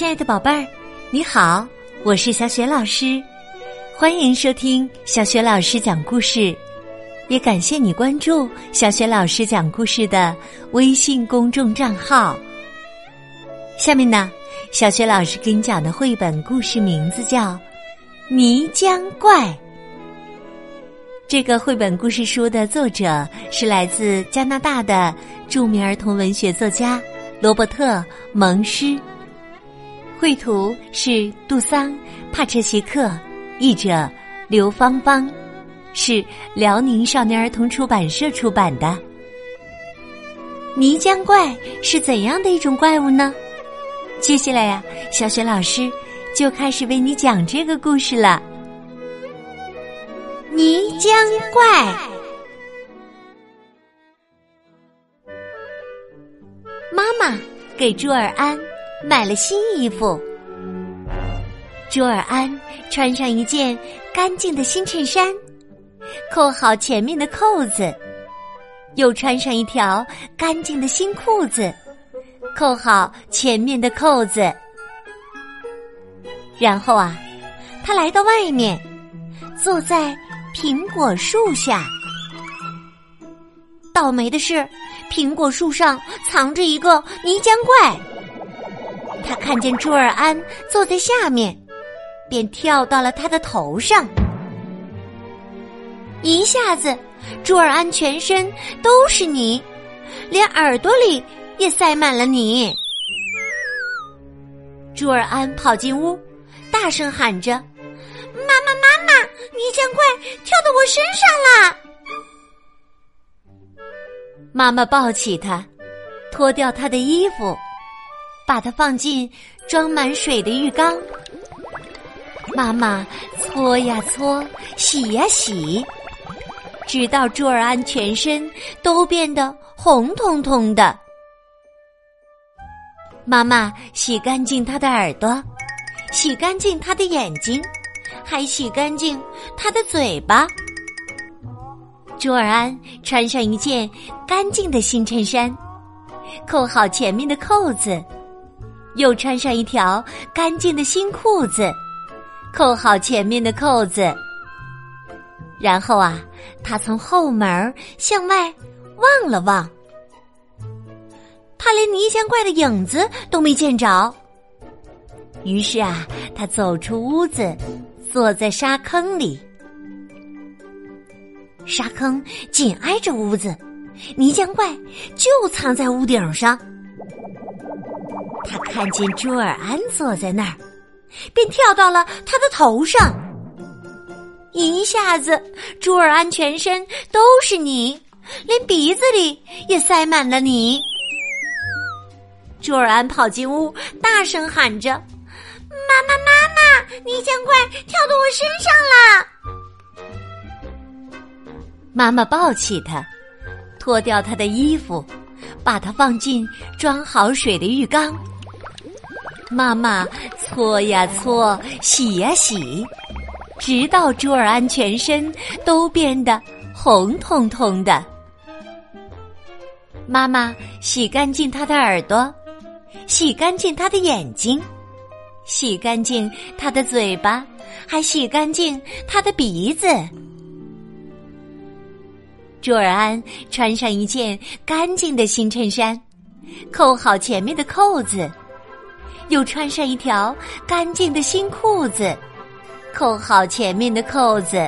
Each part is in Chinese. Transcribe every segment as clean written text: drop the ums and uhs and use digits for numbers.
亲爱的宝贝儿，你好，我是小雪老师，欢迎收听小雪老师讲故事，也感谢你关注小雪老师讲故事的微信公众账号。下面呢，小雪老师给你讲的绘本故事名字叫《泥浆怪》。这个绘本故事书的作者是来自加拿大的著名儿童文学作家罗伯特·蒙施，绘图是杜桑·帕彻西克，译者刘芳芳，是辽宁少年儿童出版社出版的。泥浆怪是怎样的一种怪物呢？接下来呀，小雪老师就开始为你讲这个故事了。泥浆怪。妈妈给朱尔安买了新衣服，朱尔安穿上一件干净的新衬衫，扣好前面的扣子，又穿上一条干净的新裤子，扣好前面的扣子。然后啊，他来到外面，坐在苹果树下。倒霉的是，苹果树上藏着一个泥浆怪。他看见朱尔安坐在下面，便跳到了他的头上。一下子，朱尔安全身都是泥，连耳朵里也塞满了泥。朱尔安跑进屋，大声喊着：“妈妈，妈妈，泥浆怪跳到我身上了！”妈妈抱起他，脱掉他的衣服，把他放进装满水的浴缸。妈妈搓呀搓，洗呀洗，直到朱尔安全身都变得红彤彤的。妈妈洗干净他的耳朵，洗干净他的眼睛，还洗干净他的嘴巴。朱尔安穿上一件干净的新衬衫，扣好前面的扣子，又穿上一条干净的新裤子，扣好前面的扣子。然后啊，他从后门向外望了望，他连泥浆怪的影子都没见着。于是啊，他走出屋子，坐在沙坑里。沙坑紧挨着屋子，泥浆怪就藏在屋顶上。他看见朱尔安坐在那儿，便跳到了他的头上。一下子，朱尔安全身都是泥，连鼻子里也塞满了泥。朱尔安跑进屋，大声喊着：“妈妈，妈妈，泥浆怪跳到我身上了！”妈妈抱起他，脱掉他的衣服，把他放进装好水的浴缸。妈妈搓呀搓，洗呀洗，直到朱尔安全身都变得红彤彤的。妈妈洗干净他的耳朵，洗干净他的眼睛，洗干净他的嘴巴，还洗干净他的鼻子。朱尔安穿上一件干净的新衬衫，扣好前面的扣子，又穿上一条干净的新裤子，扣好前面的扣子。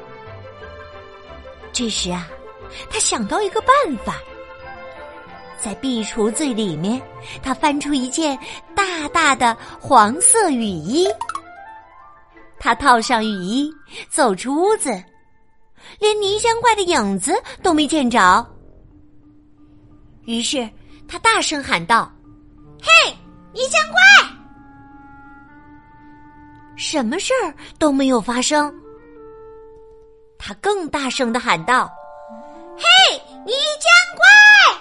这时啊，他想到一个办法，在壁橱最里面，他翻出一件大大的黄色雨衣。他套上雨衣，走出屋子，连泥浆怪的影子都没见着。于是他大声喊道：“嘿，泥浆怪！”什么事儿都没有发生。他更大声地喊道：“嘿，泥浆怪！”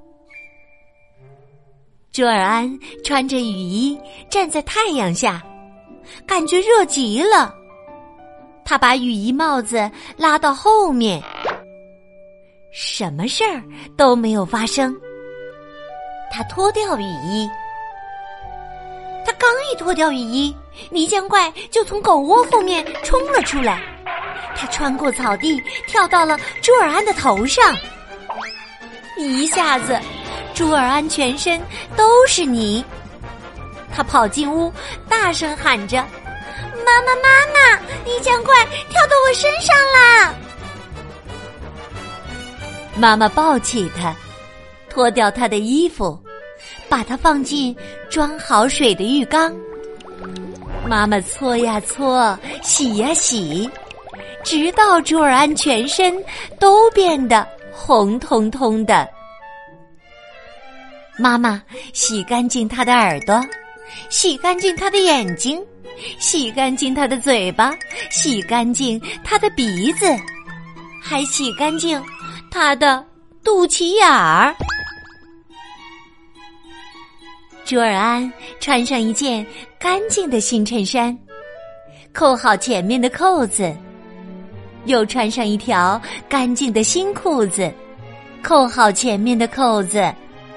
朱尔安穿着雨衣站在太阳下，感觉热极了。他把雨衣帽子拉到后面，什么事儿都没有发生。他脱掉雨衣，他刚一脱掉雨衣，泥浆怪就从狗窝后面冲了出来。他穿过草地，跳到了朱尔安的头上。一下子，朱尔安全身都是泥。他跑进屋，大声喊着：“妈妈，妈妈，泥浆怪跳到我身上啦！”妈妈抱起他，脱掉他的衣服，把他放进装好水的浴缸。妈妈搓呀搓，洗呀洗，直到朱尔安全身都变得红彤彤的。妈妈洗干净他的耳朵，洗干净他的眼睛，洗干净他的嘴巴，洗干净他的鼻子，还洗干净他的肚脐眼儿。朱尔安穿上一件干净的新衬衫，扣好前面的扣子，又穿上一条干净的新裤子，扣好前面的扣子。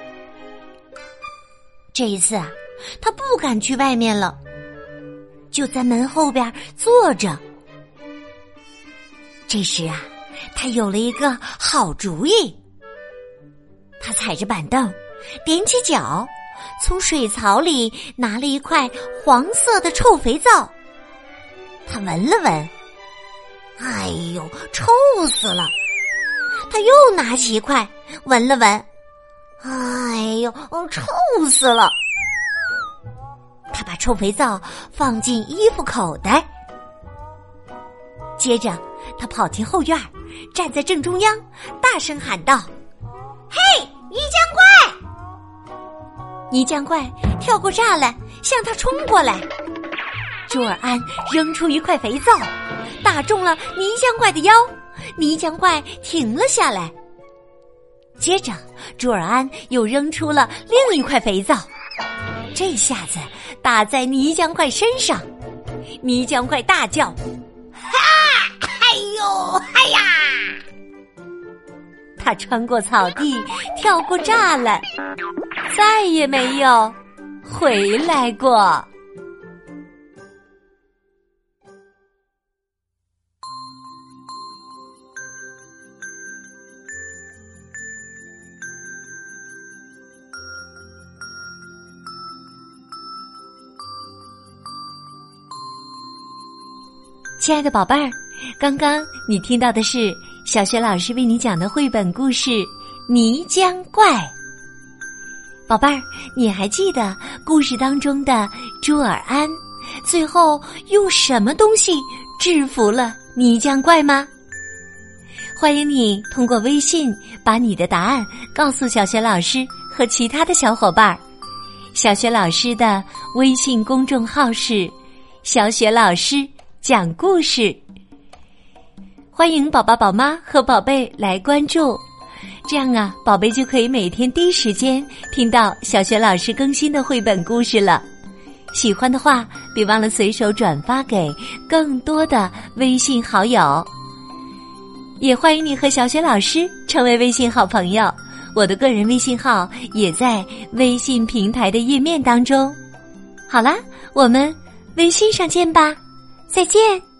这一次啊，他不敢去外面了，就在门后边坐着。这时啊，他有了一个好主意。他踩着板凳，踮起脚，从水槽里拿了一块黄色的臭肥皂。他闻了闻，哎呦，臭死了！他又拿起一块，闻了闻，哎呦，臭死了！他把臭肥皂放进衣服口袋，接着他跑进后院，站在正中央，大声喊道：“嘿，泥浆怪！”泥浆怪跳过栅栏，向他冲过来。朱尔安扔出一块肥皂，打中了泥浆怪的腰，泥浆怪停了下来。接着，朱尔安又扔出了另一块肥皂，这下子打在泥浆怪身上，泥浆怪大叫：“哈！哎呦，哎呀！”他穿过草地，跳过栅栏，再也没有回来过。亲爱的宝贝儿，刚刚你听到的是小学老师为你讲的绘本故事《泥浆怪》。宝贝儿，你还记得故事当中的朱尔安最后用什么东西制服了泥浆怪吗？欢迎你通过微信把你的答案告诉小学老师和其他的小伙伴。小学老师的微信公众号是小学老师讲故事，欢迎宝宝宝妈和宝贝来关注，这样啊，宝贝就可以每天第一时间听到小学老师更新的绘本故事了。喜欢的话，别忘了随手转发给更多的微信好友。也欢迎你和小学老师成为微信好朋友，我的个人微信号也在微信平台的页面当中。好啦，我们微信上见吧。再见。